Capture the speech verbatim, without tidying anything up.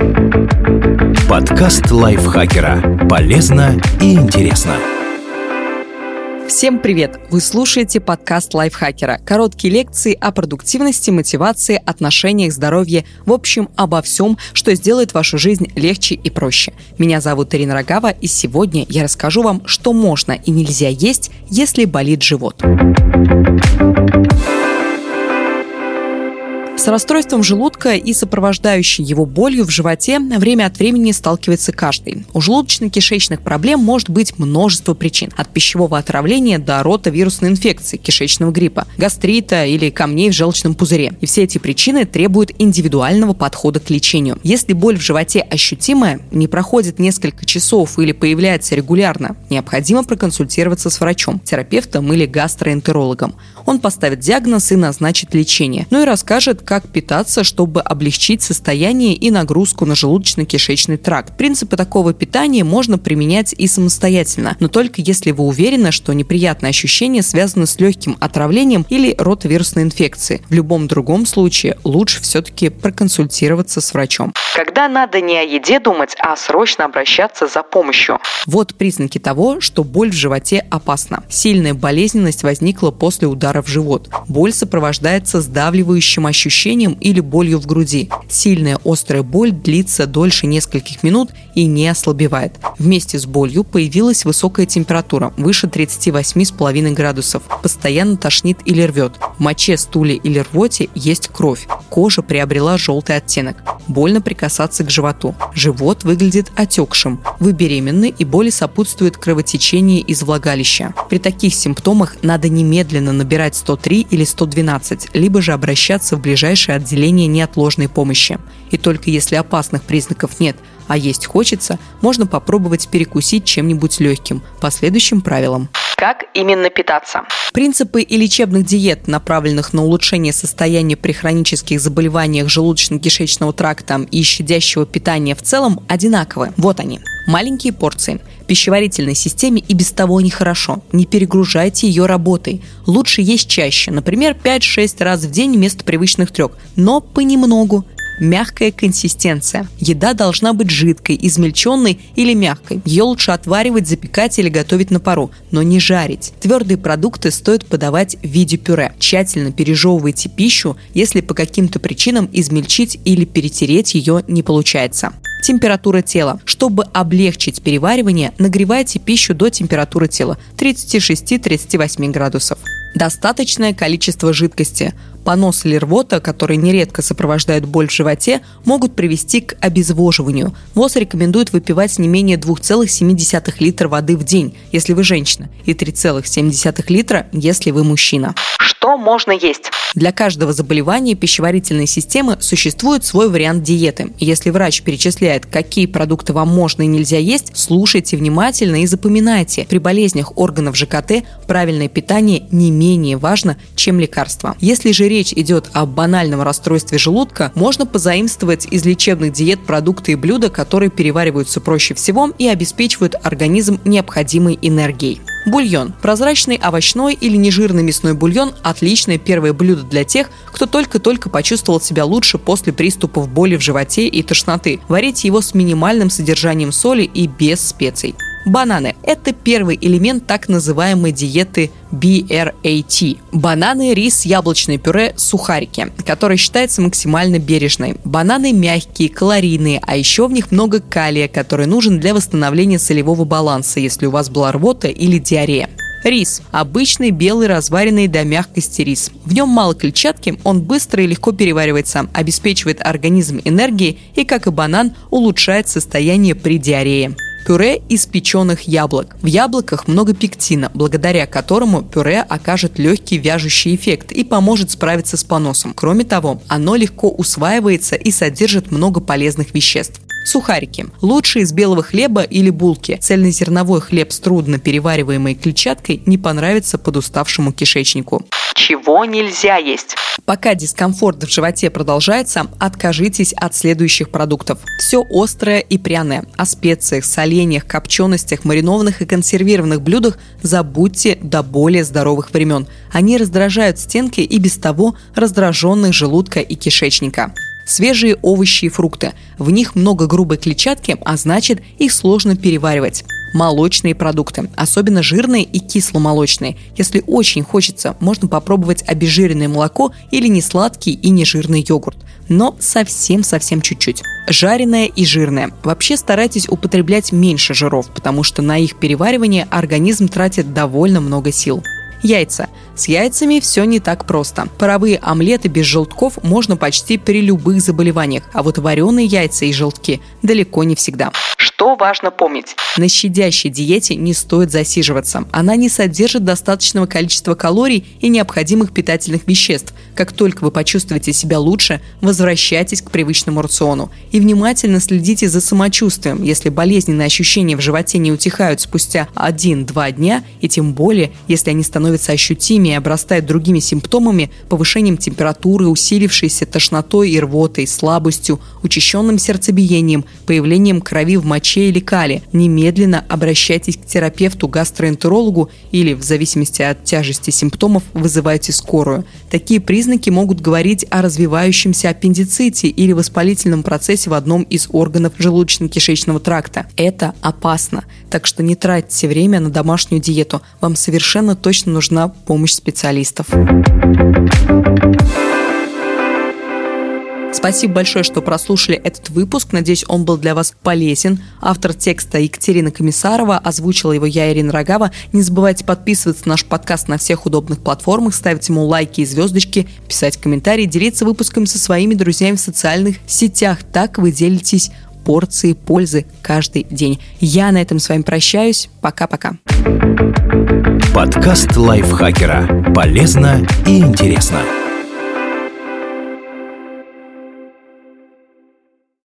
Подкаст лайфхакера. Полезно и интересно. Всем привет! Вы слушаете подкаст лайфхакера. Короткие лекции о продуктивности, мотивации, отношениях, здоровье. В общем, обо всем, что сделает вашу жизнь легче и проще. Меня зовут Ирина Рогава, и сегодня я расскажу вам, что можно и нельзя есть, если болит живот. С расстройством желудка и сопровождающей его болью в животе время от времени сталкивается каждый. У желудочно-кишечных проблем может быть множество причин. От пищевого отравления до ротовирусной инфекции, кишечного гриппа, гастрита или камней в желчном пузыре. И все эти причины требуют индивидуального подхода к лечению. Если боль в животе ощутимая, не проходит несколько часов или появляется регулярно, необходимо проконсультироваться с врачом, терапевтом или гастроэнтерологом. Он поставит диагноз и назначит лечение. Ну и расскажет, как питаться, чтобы облегчить состояние и нагрузку на желудочно-кишечный тракт. Принципы такого питания можно применять и самостоятельно, но только если вы уверены, что неприятные ощущения связаны с легким отравлением или ротовирусной инфекцией. В любом другом случае лучше все-таки проконсультироваться с врачом. Когда надо не о еде думать, а срочно обращаться за помощью. Вот признаки того, что боль в животе опасна. Сильная болезненность возникла после удара в живот. Боль сопровождается сдавливающим ощущением или болью в груди. Сильная острая боль длится дольше нескольких минут и не ослабевает. Вместе с болью появилась высокая температура, выше тридцать восемь целых пять десятых градусов. Постоянно тошнит или рвет. В моче, стуле или рвоте есть кровь. Кожа приобрела желтый оттенок. Больно прикасаться к животу. Живот выглядит отекшим. Вы беременны, и боли сопутствует кровотечение из влагалища. При таких симптомах надо немедленно набирать сто три или сто двенадцать, либо же обращаться в ближайшее отделение неотложной помощи. И только если опасных признаков нет, а есть хочется, можно попробовать перекусить чем-нибудь легким, по следующим правилам. Как именно питаться? Принципы и лечебных диет, направленных на улучшение состояния при хронических заболеваниях желудочно-кишечного тракта и щадящего питания в целом, одинаковы. Вот они. Маленькие порции. Пищеварительной системе и без того нехорошо. Не перегружайте ее работой. Лучше есть чаще, например, пять-шесть раз в день вместо привычных трех, но понемногу. Мягкая консистенция. Еда должна быть жидкой, измельченной или мягкой. Ее лучше отваривать, запекать или готовить на пару, но не жарить. Твердые продукты стоит подавать в виде пюре. Тщательно пережевывайте пищу, если по каким-то причинам измельчить или перетереть ее не получается. Температура тела. Чтобы облегчить переваривание, нагревайте пищу до температуры тела тридцать шесть - тридцать восемь градусов. Достаточное количество жидкости. Понос или рвота, которые нередко сопровождают боль в животе, могут привести к обезвоживанию. ВОЗ рекомендует выпивать не менее два целых семь десятых литра воды в день, если вы женщина, и три целых семь десятых литра, если вы мужчина. Что можно есть? Для каждого заболевания пищеварительной системы существует свой вариант диеты. Если врач перечисляет, какие продукты вам можно и нельзя есть, слушайте внимательно и запоминайте. При болезнях органов ЖКТ правильное питание не менее важно, чем лекарства. Если же речь идет о банальном расстройстве желудка, можно позаимствовать из лечебных диет продукты и блюда, которые перевариваются проще всего и обеспечивают организм необходимой энергией. Бульон. Прозрачный овощной или нежирный мясной бульон – отличное первое блюдо для тех, кто только-только почувствовал себя лучше после приступов боли в животе и тошноты. Варите его с минимальным содержанием соли и без специй. Бананы – это первый элемент так называемой диеты би эр эй ти. Бананы, рис, яблочное пюре, сухарики, которая считается максимально бережной. Бананы мягкие, калорийные, а еще в них много калия, который нужен для восстановления солевого баланса, если у вас была рвота или диарея. Рис. Обычный белый разваренный до мягкости рис. В нем мало клетчатки, он быстро и легко переваривается, обеспечивает организм энергией и, как и банан, улучшает состояние при диарее. Пюре из печеных яблок. В яблоках много пектина, благодаря которому пюре окажет легкий вяжущий эффект и поможет справиться с поносом. Кроме того, оно легко усваивается и содержит много полезных веществ. Сухарики. Лучше из белого хлеба или булки. Цельнозерновой хлеб с трудно перевариваемой клетчаткой не понравится подуставшему кишечнику. Чего нельзя есть? Пока дискомфорт в животе продолжается, откажитесь от следующих продуктов. Все острое и пряное. О специях, соленьях, копченостях, маринованных и консервированных блюдах забудьте до более здоровых времен. Они раздражают стенки и без того раздраженных желудка и кишечника. Свежие овощи и фрукты. В них много грубой клетчатки, а значит, их сложно переваривать. Молочные продукты, особенно жирные и кисломолочные. Если очень хочется, можно попробовать обезжиренное молоко или несладкий и нежирный йогурт. Но совсем-совсем чуть-чуть. Жареное и жирное. Вообще старайтесь употреблять меньше жиров, потому что на их переваривание организм тратит довольно много сил. Яйца. С яйцами все не так просто. Паровые омлеты без желтков можно почти при любых заболеваниях, а вот вареные яйца и желтки далеко не всегда. Что важно помнить? На щадящей диете не стоит засиживаться. Она не содержит достаточного количества калорий и необходимых питательных веществ. Как только вы почувствуете себя лучше, возвращайтесь к привычному рациону. И внимательно следите за самочувствием. Если болезненные ощущения в животе не утихают спустя один-два дня, и тем более, если они становятся ощутимее и обрастают другими симптомами, повышением температуры, усилившейся тошнотой и рвотой, слабостью, учащенным сердцебиением, появлением крови в моче или кале, немедленно обращайтесь к терапевту, гастроэнтерологу или, в зависимости от тяжести симптомов, вызывайте скорую. Такие признаки могут говорить о развивающемся аппендиците или воспалительном процессе в одном из органов желудочно-кишечного тракта. Это опасно, так что не тратьте время на домашнюю диету. Вам совершенно точно нужна помощь специалистов. Спасибо большое, что прослушали этот выпуск. Надеюсь, он был для вас полезен. Автор текста Екатерина Комиссарова, озвучила его я, Ирина Рогава. Не забывайте подписываться на наш подкаст на всех удобных платформах, ставить ему лайки и звездочки, писать комментарии, делиться выпуском со своими друзьями в социальных сетях. Так вы делитесь порцией пользы каждый день. Я на этом с вами прощаюсь. Пока-пока. Подкаст лайфхакера. Полезно и интересно.